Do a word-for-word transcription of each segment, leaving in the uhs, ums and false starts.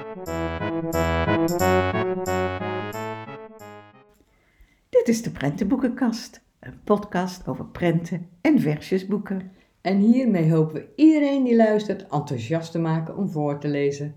Dit is de Prentenboekenkast, een podcast over prenten en versjesboeken. En hiermee hopen we iedereen die luistert enthousiast te maken om voor te lezen.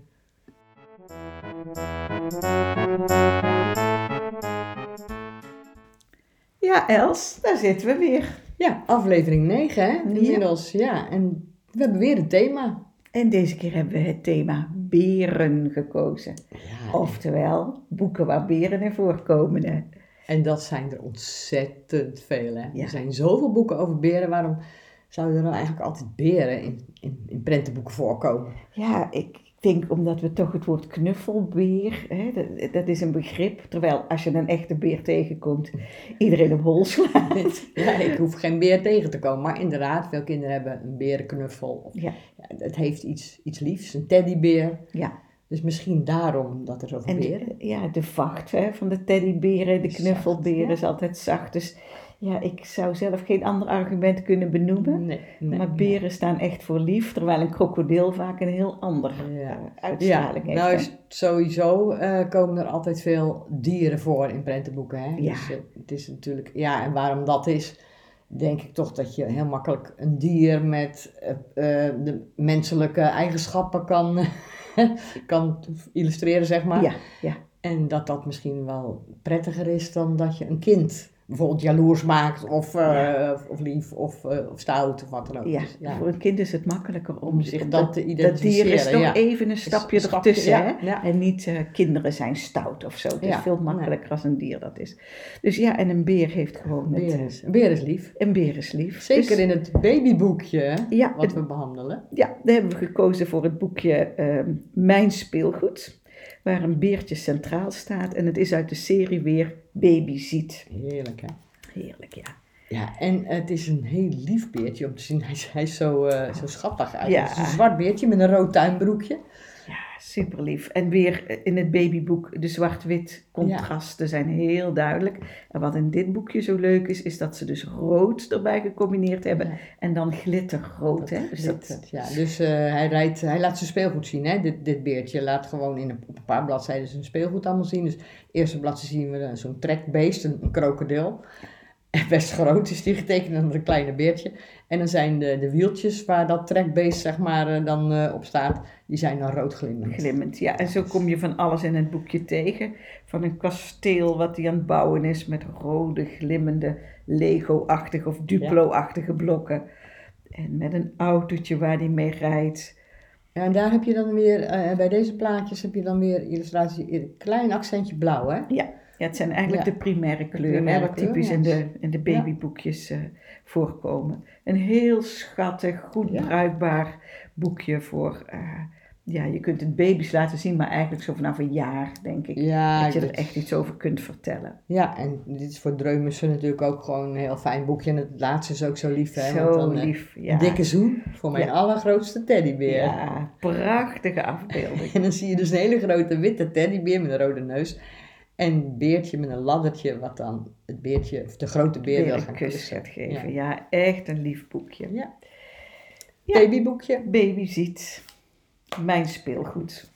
Ja, Els, daar zitten we weer. Ja, aflevering negen hè, inmiddels. Ja. ja, en we hebben weer een thema. En deze keer hebben we het thema beren gekozen. Ja, Oftewel, boeken waar beren in voorkomen. Hè. En dat zijn er ontzettend veel. Hè? Ja. Er zijn zoveel boeken over beren. Waarom zouden er dan eigenlijk altijd beren in, in, in prentenboeken voorkomen? Ja, ik denk omdat we toch het woord knuffelbeer, hè, dat, dat is een begrip. Terwijl als je een echte beer tegenkomt, iedereen op hol slaat. Ja, ik hoef geen beer tegen te komen. Maar inderdaad, veel kinderen hebben een berenknuffel. Of, Ja. Ja, het heeft iets, iets liefs, een teddybeer. Ja. Dus misschien daarom dat er zoveel En beren. de, ja, de vacht hè, van de teddyberen, de knuffelberen Zacht, is altijd zacht. Dus ja, ik zou zelf geen ander argument kunnen benoemen. Nee, nee, maar beren staan echt voor lief, terwijl een krokodil vaak een heel andere Ja. uh, uitstraling ja, heeft. nou hè. is sowieso uh, komen er altijd veel dieren voor in prentenboeken. Hè? Ja. Dus uh, het is natuurlijk, ja, en waarom dat is, denk ik toch dat je heel makkelijk een dier met uh, uh, de menselijke eigenschappen kan, kan illustreren, zeg maar. Ja, ja. En dat dat misschien wel prettiger is dan dat je een kind bijvoorbeeld jaloers maakt of, uh, Ja. of, of lief of, uh, of stout of wat dan ook. Ja, Dus, ja. voor een kind is het makkelijker om zich dat dat, te dat identificeren. dier is toch ja. even een stapje Een stapje, ertussen. ja, hè? ja. En niet uh, kinderen zijn stout of zo. Het is Ja, veel makkelijker als een dier dat is. Dus ja, en een beer heeft gewoon Een het, beer is, een beer is lief. een beer is lief. Zeker Dus- in het babyboekje Ja, wat het- we behandelen. Ja, daar hebben we gekozen voor het boekje ehm, Mijn Speelgoed, waar een beertje centraal staat. En het is uit de serie weer Baby Ziet. Heerlijk hè. Heerlijk, ja. Ja, en het is een heel lief beertje om te zien. Hij is, hij is zo, uh, zo schattig uit. Ja. Het is een zwart beertje met een rood tuinbroekje. Ja, super lief. En weer in het babyboek, de zwart-wit contrasten zijn heel duidelijk. En wat in dit boekje zo leuk is, is dat ze dus rood erbij gecombineerd hebben. Ja. En dan glitterrood, hè. Dus dat- Glittert, ja. Dus uh, hij, rijdt, hij laat zijn speelgoed zien, hè. Dit, dit beertje laat gewoon in een, op een paar bladzijden zijn speelgoed allemaal zien. Dus de eerste bladzijde zien we zo'n trekbeest, een, een krokodil. Best groot is die getekend, dan een kleine beertje. En dan zijn de, de wieltjes waar dat trekbeest zeg maar dan uh, op staat, die zijn dan rood glimmend. Glimmend, ja. En zo kom je van alles in het boekje tegen. Van een kasteel wat hij aan het bouwen is met rode, glimmende, Lego-achtige of Duplo-achtige blokken. En met een autootje waar hij mee rijdt. Ja, en daar heb je dan weer, uh, bij deze plaatjes heb je dan weer illustratie, een klein accentje blauw, hè? Ja, ja het zijn eigenlijk Ja. de primaire kleuren, primaire hè, wat kleur, typisch ja. in de, in de babyboekjes uh, voorkomen. Een heel schattig, goed Ja. bruikbaar boekje voor... Uh, ja, je kunt het baby's laten zien, maar eigenlijk zo vanaf een jaar, denk ik. Ja, dat je ik er echt iets over kunt vertellen. Ja, en dit is voor dreumissen natuurlijk ook gewoon een heel fijn boekje. En het laatste is ook zo lief, hè? Zo Want dan, uh, lief, ja. Een dikke zoen voor mijn Ja. allergrootste teddybeer. Ja, prachtige afbeelding. En dan zie je dus een hele grote witte teddybeer met een rode neus. En een beertje met een laddertje, wat dan het beertje, of de grote beer Weer wil een gaan kus kussen. gaat geven. Ja. Ja, echt een lief boekje. Ja. Ja. Babyboekje. Baby ziet. Mijn speelgoed.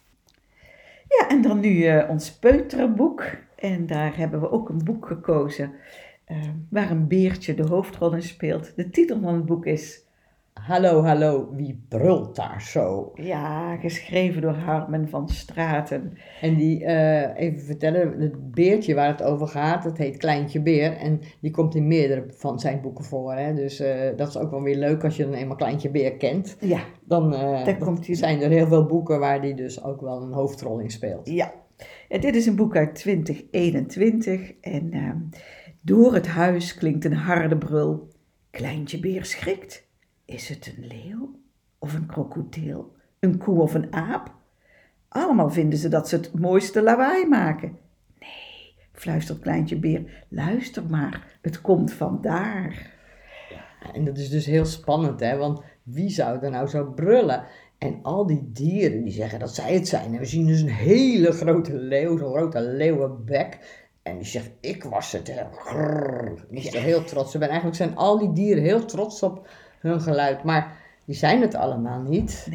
Ja, en dan nu uh, ons peuterboek. En daar hebben we ook een boek gekozen uh, waar een beertje de hoofdrol in speelt. De titel van het boek is... Hallo, hallo, wie brult daar zo? Ja, geschreven door Harmen van Straten. En die, uh, even vertellen, het beertje waar het over gaat, dat heet Kleintje Beer. En die komt in meerdere van zijn boeken voor. Hè? Dus uh, dat is ook wel weer leuk als je dan eenmaal Kleintje Beer kent. Ja. Dan uh, Daar komt hij... zijn er heel veel boeken waar die dus ook wel een hoofdrol in speelt. Ja. En dit is een boek uit twintig eenentwintig. En uh, door het huis klinkt een harde brul. Kleintje Beer schrikt. Is het een leeuw of een krokodil, een koe of een aap? Allemaal vinden ze dat ze het mooiste lawaai maken. Nee, fluistert Kleintje Beer, luister maar, het komt vandaar. Ja, en dat is dus heel spannend, hè, want wie zou er nou zo brullen? En al die dieren die zeggen dat zij het zijn. En we zien dus een hele grote leeuw, zo'n grote leeuwenbek. En die zegt, ik was het. Hè. Grrr, die is er heel trots op. En eigenlijk zijn al die dieren heel trots op hun geluid. Maar die zijn het allemaal niet. Nee.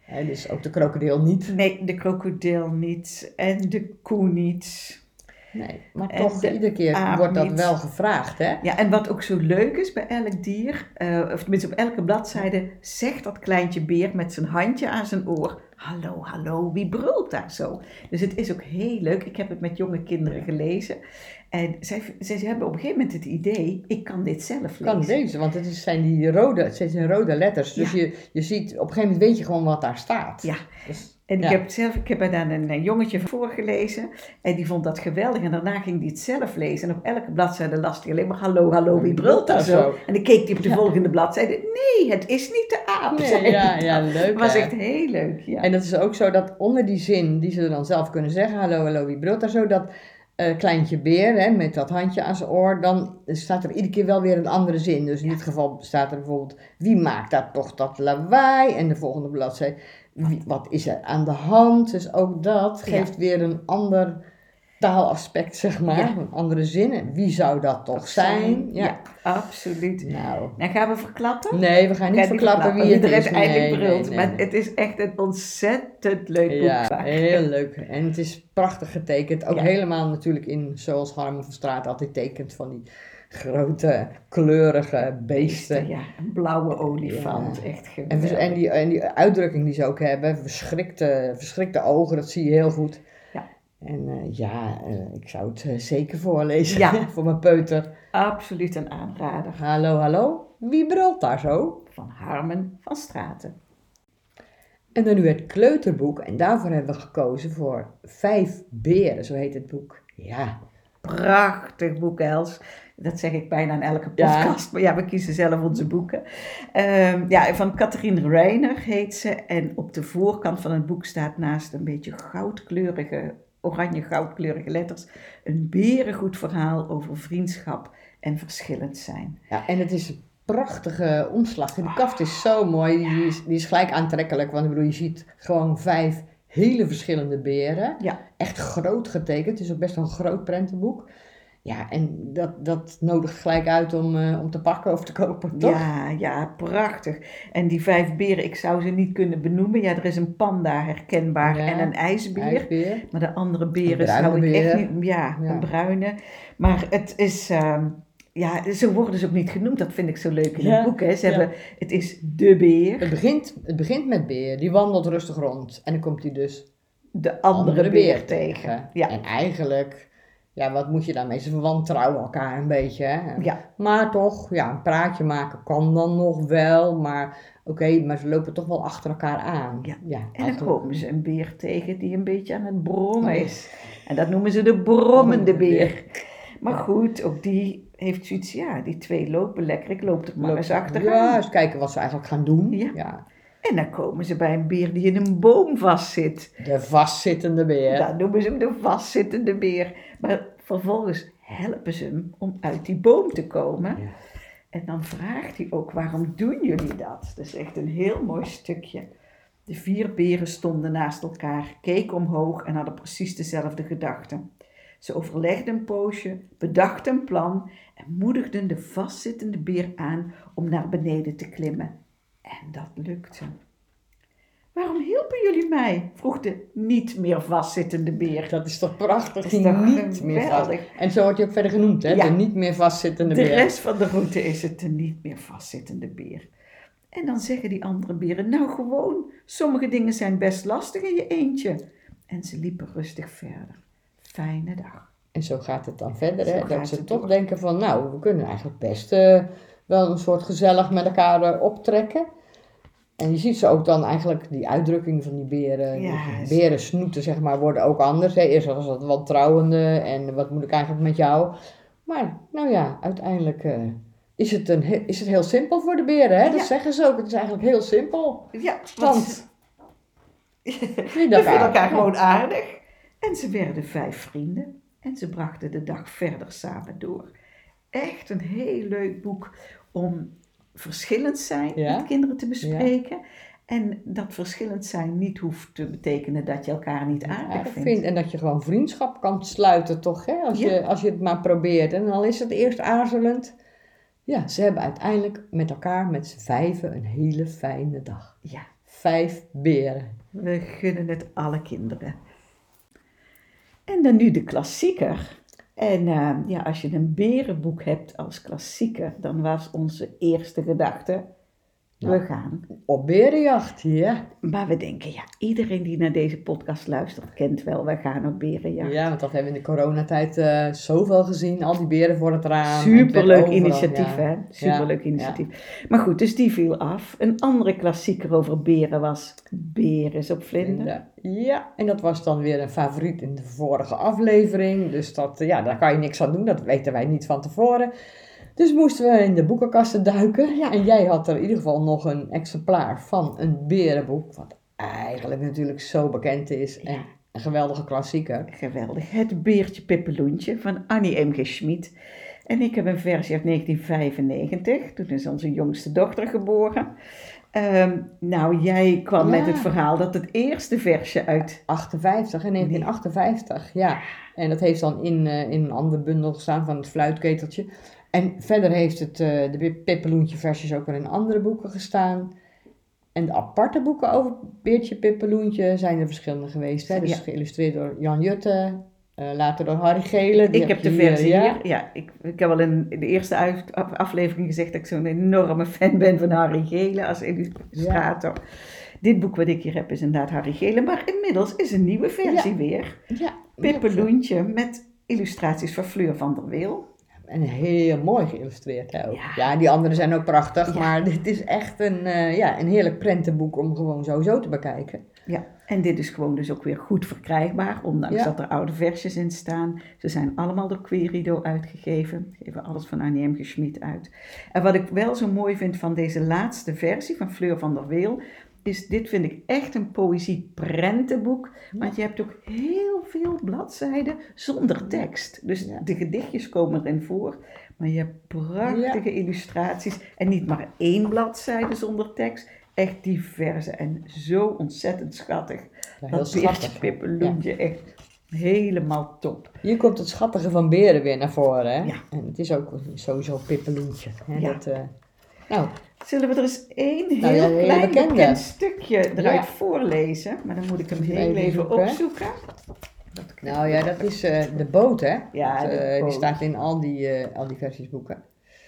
Hè, dus ook de krokodil niet. Nee, de krokodil niet en de koe niet. Nee, maar En toch, de iedere keer aap wordt dat niet. wel gevraagd, hè? Ja, en wat ook zo leuk is bij elk dier, uh, of tenminste op elke bladzijde, zegt dat kleintje beer met zijn handje aan zijn oor: hallo, hallo, wie brult daar zo? Dus het is ook heel leuk. Ik heb het met jonge kinderen gelezen. En zij, zij, zij hebben op een gegeven moment het idee: ik kan dit zelf lezen. Kan lezen, want het is, zijn die rode, het zijn rode letters. Dus Ja. je, je ziet, op een gegeven moment weet je gewoon wat daar staat. Ja. Dus, En ja. ik heb zelf, ik heb er dan een, een jongetje voorgelezen en die vond dat geweldig. En daarna ging hij het zelf lezen. En op elke bladzijde las hij alleen maar: hallo, hallo, wie brult daar zo? En dan keek hij op de Ja. volgende bladzijde: nee, het is niet de aap. Nee, zei ja, hij ja, dan. leuk. Het was hè? echt heel leuk. Ja. En dat is ook zo dat onder die zin, die ze dan zelf kunnen zeggen, hallo, hallo, wie brult daar zo, dat uh, kleintje beer, hè, met dat handje aan zijn oor, dan staat er iedere keer wel weer een andere zin. Dus in dit geval staat er bijvoorbeeld: wie maakt dat toch dat lawaai? En de volgende bladzijde: wie, wat is er aan de hand? Dus ook dat geeft ja. weer een ander taalaspect, zeg maar, Ja. een andere zin. Wie zou dat toch Dat zijn? zijn? Ja. Ja, absoluut. Nou. En gaan we verklappen? Nee, we gaan niet Ga verklappen wie het er is. uiteindelijk Nee, brult. nee, Maar nee, nee. het is echt een ontzettend leuk boek. Ja, vaak. heel leuk. En het is prachtig getekend. Ook Ja. helemaal natuurlijk in, zoals Harmen van Straat altijd tekent, van die grote, kleurige beesten. Ja, een blauwe olifant. Ja. Echt En, geweldig. en, die, en die uitdrukking die ze ook hebben, verschrikte, verschrikte ogen, dat zie je heel goed. Ja. En uh, ja, uh, ik zou het uh, zeker voorlezen Ja. voor mijn peuter. Absoluut een aanrader. Hallo, hallo, wie brult daar zo? Van Harmen van Straten. En dan nu het kleuterboek. En daarvoor hebben we gekozen voor Vijf Beren, zo heet het boek. Ja. Prachtig boek, Els. Dat zeg ik bijna in elke podcast. Ja. Maar ja, we kiezen zelf onze boeken. Um, ja, van Catherine Reiner heet ze. En op de voorkant van het boek staat naast een beetje goudkleurige, oranje goudkleurige letters, een berengoed verhaal over vriendschap en verschillend zijn. Ja, en het is een prachtige omslag. De kaft is zo mooi. Die is, die is gelijk aantrekkelijk. Want ik bedoel, je ziet gewoon vijf hele verschillende beren. Ja. Echt groot getekend. Het is ook best wel een groot prentenboek. Ja, en dat, dat nodigt gelijk uit om, uh, om te pakken of te kopen, toch? Ja, ja, prachtig. En die vijf beren, ik zou ze niet kunnen benoemen. Ja, er is een panda herkenbaar Ja, en een ijsbeer. ijsbeer. Maar de andere beren Een zou ik beer. echt niet... Ja, Ja. een bruine. Maar het is... Uh, ja, zo worden ze ook niet genoemd. Dat vind ik zo leuk in Ja, het boek. Hè. Ze ja. hebben, het is de beer. Het begint, het begint met beer. Die wandelt rustig rond. En dan komt hij dus De andere, andere beer, beer tegen. tegen. Ja. En eigenlijk... Ja, wat moet je daarmee? Ze wantrouwen elkaar een beetje, hè? Ja. Maar toch, ja, een praatje maken kan dan nog wel, maar oké, okay, maar ze lopen toch wel achter elkaar aan. Ja. Ja, en dan eigenlijk. komen ze een beer tegen die een beetje aan het brommen is. En dat noemen ze de brommende beer. Maar goed, ook die heeft zoiets, ja, die twee lopen lekker, ik loop er maar Loop- eens achteraan. Ja, eens kijken wat ze eigenlijk gaan doen. Ja. Ja. En dan komen ze bij een beer die in een boom vastzit. De vastzittende beer. Dan noemen ze hem de vastzittende beer. Maar vervolgens helpen ze hem om uit die boom te komen. Ja. En dan vraagt hij ook, waarom doen jullie dat? Dat is echt een heel mooi stukje. De vier beren stonden naast elkaar, keken omhoog en hadden precies dezelfde gedachten. Ze overlegden een poosje, bedachten een plan en moedigden de vastzittende beer aan om naar beneden te klimmen. En dat lukte. Waarom hielpen jullie mij? Vroeg de niet meer vastsittende beer. Dat is toch prachtig, Dat is die toch niet meer vast. geweldig. En zo wordt hij ook verder genoemd, hè? Ja. De niet meer vastzittende De beer. rest van de route is het de niet meer vastzittende beer. En dan zeggen die andere beren, nou gewoon, sommige dingen zijn best lastig in je eentje. En ze liepen rustig verder. Fijne dag. En zo gaat het dan verder, Zo hè? gaat Dat ze het toch door. denken van, nou, we kunnen eigenlijk best uh, wel een soort gezellig met elkaar uh, optrekken. En je ziet ze ook dan eigenlijk, die uitdrukking van die beren, Ja, die berensnoeten zeg maar, worden ook anders. Hè? Eerst was dat wantrouwende en wat moet ik eigenlijk met jou? Maar nou ja, uiteindelijk uh, is, het een, he- is het heel simpel voor de beren. Hè? Dat Ja. zeggen ze ook, het is eigenlijk heel simpel. Ja, Want we vind vinden elkaar, elkaar gewoon aardig. En ze werden vijf vrienden en ze brachten de dag verder samen door. Echt een heel leuk boek om verschillend zijn Ja. met kinderen te bespreken. En dat verschillend zijn niet hoeft te betekenen dat je elkaar niet aardig aardig vindt. vindt. En dat je gewoon vriendschap kan sluiten toch, hè? Als, Ja. je, als je het maar probeert. En al is het eerst aarzelend. Ja, ze hebben uiteindelijk met elkaar, met z'n vijven, een hele fijne dag. Ja, Vijf beren. We gunnen het alle kinderen. En dan nu de klassieker. En uh, ja, als je een berenboek hebt als klassieker, dan was onze eerste gedachte, Nou. we gaan. Op berenjacht, ja. Maar we denken, ja, iedereen die naar deze podcast luistert, kent wel, we gaan op berenjacht. Ja, want dat hebben we in de coronatijd uh, zoveel gezien. Al die beren voor het raam. Superleuk overal, initiatief, ja. hè? Superleuk Ja, initiatief. Ja. Maar goed, dus die viel af. Een andere klassieker over beren was Beris op vlinder. Ja. ja, en dat was dan weer een favoriet in de vorige aflevering. Dus dat, ja, daar kan je niks aan doen. Dat weten wij niet van tevoren. Dus moesten we in de boekenkasten duiken. Ja, en jij had er in ieder geval nog een exemplaar van een berenboek. Wat eigenlijk natuurlijk zo bekend is. En een geweldige klassieker. Geweldig. Het Beertje Pippeloentje van Annie M G Schmid. En ik heb een versie uit negentien vijfennegentig. Toen is onze jongste dochter geboren. Um, nou, jij kwam ja. met het verhaal dat het eerste versje uit... achtenvijftig, in negentien achtenvijftig, ja. En dat heeft dan in, uh, in een andere bundel gestaan van het fluitketeltje. En verder heeft het, uh, de Pippeloentje versies ook wel in andere boeken gestaan. En de aparte boeken over Beertje Pippeloentje zijn er verschillende geweest. Hè? Dus ja. geïllustreerd door Jan Jutte, uh, later door Harry Gele. Ik heb de versie hier. Ja, ja ik, ik heb al in de eerste uit, aflevering gezegd dat ik zo'n enorme fan ben van Harry Gele als illustrator. Ja. Dit boek wat ik hier heb is inderdaad Harry Gele, maar inmiddels is een nieuwe versie ja. weer. Ja. Pippeloentje met illustraties van Fleur van der Weel. En heel mooi geïllustreerd hè, ook. Ja. ja, die andere zijn ook prachtig, ja. maar dit is echt een, uh, ja, een heerlijk prentenboek om gewoon sowieso te bekijken. Ja, en dit is gewoon dus ook weer goed verkrijgbaar, ondanks ja. dat er oude versjes in staan. Ze zijn allemaal door Querido uitgegeven, geven alles van Annie M G Schmid uit. En wat ik wel zo mooi vind van deze laatste versie van Fleur van der Weel, is dit vind ik echt een poëzie-prentenboek, want je hebt ook heel veel bladzijden zonder tekst. Dus ja. de gedichtjes komen erin voor, maar je hebt prachtige ja. illustraties en niet maar één bladzijde zonder tekst, echt diverse en zo ontzettend schattig. Ja, dat Beertje Pippeloentje, ja. echt helemaal top. Hier komt het schattige van beren weer naar voren, hè? Ja. En het is ook sowieso Pippeloentje. Hè? Ja. Dat, uh... nou... Zullen we er eens één nou, heel ja, klein bekende. bekend stukje eruit ja. voorlezen? Maar dan moet ik hem heel even, even opzoeken. Nou ja, dat is uh, de boot, hè? Ja, dat, de uh, boot. Die staat in al die, uh, al die versiesboeken.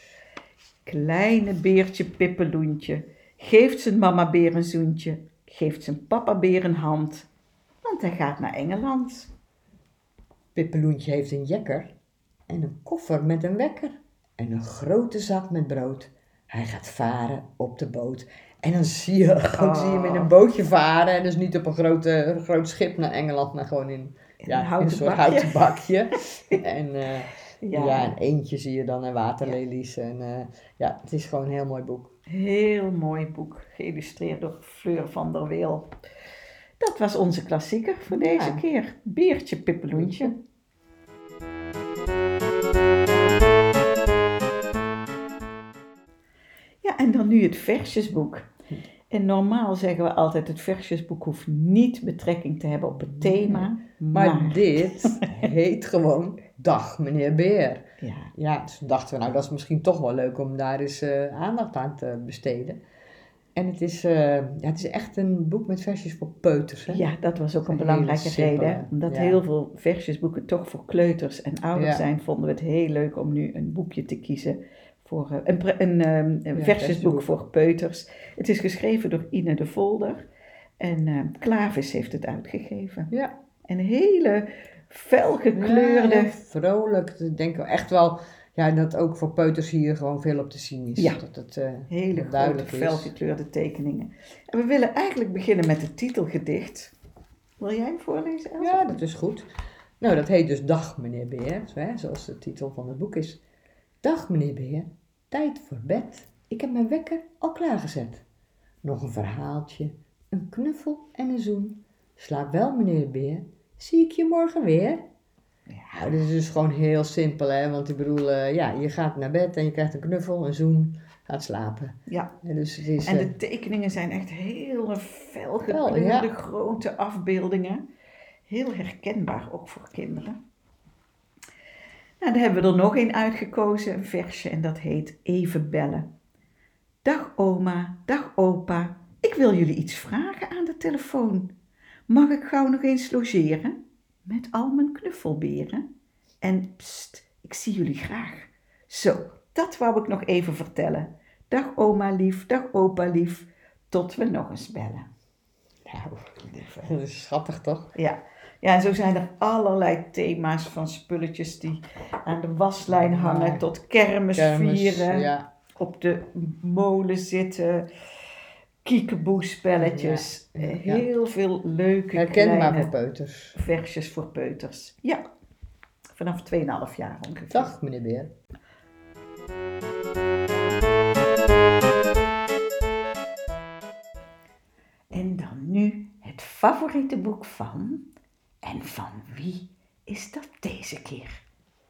Kleine Beertje Pippeloentje geeft zijn mama beer een zoentje, geeft zijn papa beer een hand, want hij gaat naar Engeland. Pippeloentje heeft een jekker en een koffer met een wekker en een grote zak met brood. Hij gaat varen op de boot. En dan zie je, oh. ook zie je hem in een bootje varen. En dus niet op een, grote, een groot schip naar Engeland, maar gewoon in, ja, een, houten in een soort bakje. houten bakje. en uh, ja. ja, een eendje zie je dan en waterlelies. Ja. En uh, ja, het is gewoon een heel mooi boek. Heel mooi boek, geïllustreerd door Fleur van der Weel. Dat was onze klassieker voor deze ja. keer. Beertje Pippeloentje. Ja, en dan nu het versjesboek. En normaal zeggen we altijd, het versjesboek hoeft niet betrekking te hebben op het thema. Maar, maar dit heet gewoon Dag meneer Beer. Ja. Ja, dus dachten we, nou dat is misschien toch wel leuk om daar eens uh, aandacht aan te besteden. En het is, uh, ja, het is echt een boek met versjes voor peuters. Hè? Ja, dat was ook een, een belangrijke reden. Omdat ja. heel veel versjesboeken toch voor kleuters en ouders ja. zijn, vonden we het heel leuk om nu een boekje te kiezen. Voor, uh, een een, um, een ja, versjesboek voor peuters. Het is geschreven door Ine de Volder. En uh, Klavis heeft het uitgegeven. Ja. Een hele felgekleurde... Ja, vrolijk. Ik denk echt wel ja, dat ook voor peuters hier gewoon veel op te zien is. Ja, dat het, uh, hele dat grote felgekleurde tekeningen. En we willen eigenlijk beginnen met het titelgedicht. Wil jij hem voorlezen, Elsa? Ja, dat is goed. Nou, dat heet dus Dag meneer Beer, zoals de titel van het boek is. Dag meneer Beer, tijd voor bed. Ik heb mijn wekker al klaargezet. Nog een verhaaltje, een knuffel en een zoen. Slaap wel meneer Beer, zie ik je morgen weer? Ja, nou, dit is dus gewoon heel simpel, hè. Want ik bedoel, uh, ja, je gaat naar bed en je krijgt een knuffel, een zoen, gaat slapen. Ja, en, dus het is, en de uh, tekeningen zijn echt heel felgekleurde, ja. grote afbeeldingen. Heel herkenbaar ook voor kinderen. Nou, dan hebben we er nog een uitgekozen, een versje, en dat heet Even bellen. Dag oma, dag opa, ik wil jullie iets vragen aan de telefoon. Mag ik gauw nog eens logeren? Met al mijn knuffelberen? En pst, ik zie jullie graag. Zo, dat wou ik nog even vertellen. Dag oma lief, dag opa lief, tot we nog eens bellen. Nou, dat is schattig toch? Ja. Ja, en zo zijn er allerlei thema's van spulletjes die aan de waslijn hangen, Ja. tot kermis, Kermis, vieren, ja. op de molen zitten, kiekeboespelletjes. Ja, ja. Heel veel leuke Herkenbaar kleine voor peuters. versjes voor peuters. Ja, vanaf twee komma vijf jaar ongeveer. Dag meneer Beer. En dan nu het favoriete boek van, en van wie is dat deze keer?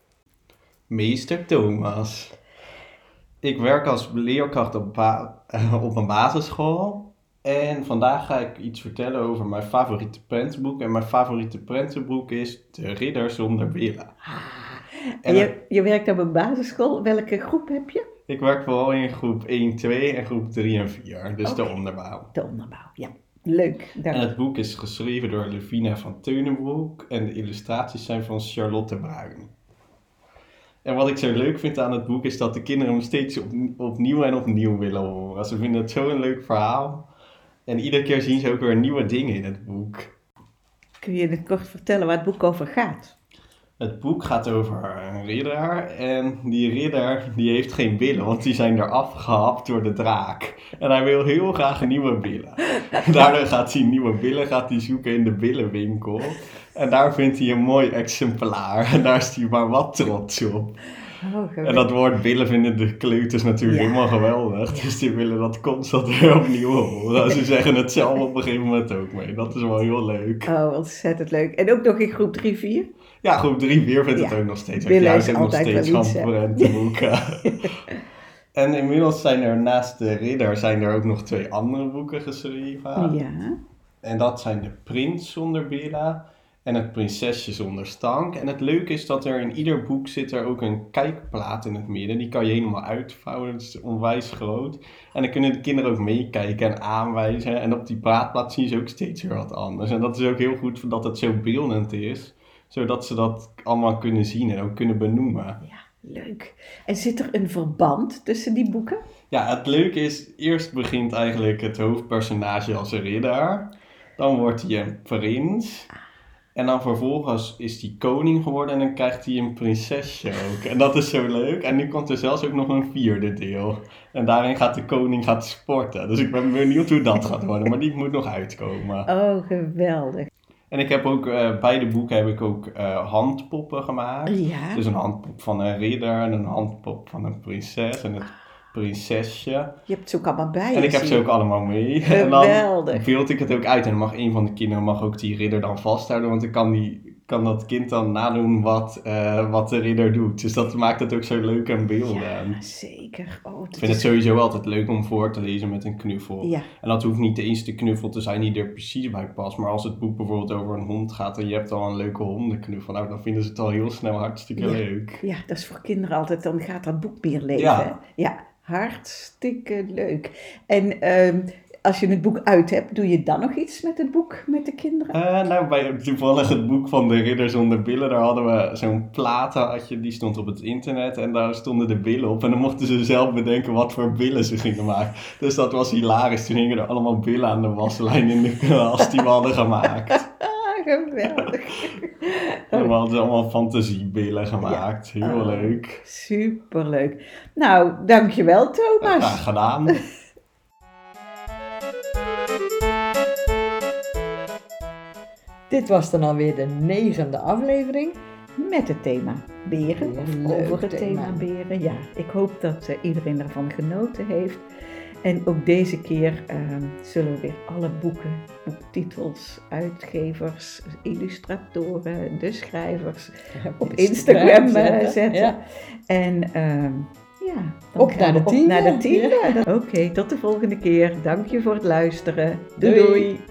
Meester Thomas. Ik werk als leerkracht op, ba- eh, op een basisschool. En vandaag ga ik iets vertellen over mijn favoriete prentenboek. En mijn favoriete prentenboek is De Ridder zonder Billen. En En je, je werkt op een basisschool. Welke groep heb je? ik werk vooral in groep één, twee en groep drie en vier. Dus de Oké. onderbouw. De onderbouw, ja. Leuk, dank. En het boek is geschreven door Levina van Teunenbroek. En de illustraties zijn van Charlotte Bruin. En wat ik zo leuk vind aan het boek is dat de kinderen hem steeds op, opnieuw en opnieuw willen horen. Ze vinden het zo'n leuk verhaal. En iedere keer zien ze ook weer nieuwe dingen in het boek. Kun je in het kort vertellen waar het boek over gaat? Het boek gaat over een ridder en die ridder die heeft geen billen, want die zijn eraf gehapt door de draak. En hij wil heel graag nieuwe billen. Daardoor gaat hij nieuwe billen gaat hij zoeken in de billenwinkel. En daar vindt hij een mooi exemplaar en daar is hij maar wat trots op. Oh, En dat woord billen vinden de kleuters natuurlijk Ja. helemaal geweldig. Dus die willen dat constant weer opnieuw horen. Ze zeggen het zelf op een gegeven moment ook mee. Dat is wel heel leuk. Oh, ontzettend leuk. En ook nog in groep drie vier? Ja, groep drie vier vindt het Ja. ook nog steeds. Billen Ja, is het ook nog altijd steeds wel van iets, hè. prentenboeken. En inmiddels zijn er naast de ridder zijn er ook nog twee andere boeken geschreven. Ja. En dat zijn de Prins zonder billen en het Prinsesje zonder stank. En het leuke is dat er in ieder boek zit er ook een kijkplaat in het midden. Die kan je helemaal uitvouwen, dat is onwijs groot. En dan kunnen de kinderen ook meekijken en aanwijzen. En op die praatplaat zien ze ook steeds weer wat anders. En dat is ook heel goed dat het zo beeldend is, zodat ze dat allemaal kunnen zien en ook kunnen benoemen. Ja, leuk. En zit er een verband tussen die boeken? Ja, het leuke is, eerst begint eigenlijk het hoofdpersonage als een ridder. Dan wordt hij een prins. En dan vervolgens is hij koning geworden en dan krijgt hij een prinsesje ook. En dat is zo leuk. En nu komt er zelfs ook nog een vierde deel. En daarin gaat de koning gaat sporten. Dus ik ben benieuwd hoe dat gaat worden, maar die moet nog uitkomen. Oh, geweldig. En ik heb ook, uh, bij de boeken heb ik ook uh, handpoppen gemaakt. Ja. Dus een handpop van een ridder en een handpop van een prinses en het prinsesje. Je hebt ze ook allemaal bij je, En ik heb zie ze ik. ook allemaal mee. Geweldig. En dan beeld ik het ook uit en dan mag een van de kinderen mag ook die ridder dan vasthouden. Want dan kan, die, kan dat kind dan nadoen wat, uh, wat de ridder doet. Dus dat maakt het ook zo leuk en beelden. Ja, zeker. Oh, Ik vind het sowieso altijd leuk om voor te lezen met een knuffel. Ja. En dat hoeft niet de eerste knuffel te zijn die er precies bij past. Maar als het boek bijvoorbeeld over een hond gaat en je hebt al een leuke hondenknuffel, nou, dan vinden ze het al heel snel hartstikke Ja. leuk. Ja, dat is voor kinderen altijd, dan gaat dat boek meer leven. Ja. hè? Ja, hartstikke leuk. En ehm, als je het boek uit hebt, doe je dan nog iets met het boek, met de kinderen? Uh, nou, bij toevallig het boek van de Ridder zonder billen, daar hadden we zo'n plaat, had je, die stond op het internet en daar stonden de billen op. En dan mochten ze zelf bedenken wat voor billen ze gingen maken. Dus dat was hilarisch. Toen hingen er allemaal billen aan de waslijn in de klas die we hadden gemaakt. Ah, geweldig. En we hadden allemaal fantasiebillen gemaakt. Heel Oh, leuk. Superleuk. Nou, dankjewel Thomas. Graag gedaan. Dit was dan alweer de negende aflevering. Met het thema beren, Weer of een leuk over het thema. thema. beren. Ja, ik hoop dat uh, iedereen ervan genoten heeft. En ook deze keer uh, zullen we weer alle boeken, boektitels, uitgevers, illustratoren, de schrijvers op Instagram uh, zetten. Ja. En uh, ja, dan Op gaan naar we de tiende. Naar de tiende. Ja. Oké, tot de volgende keer. Dank je voor het luisteren. Doei Doei. doei.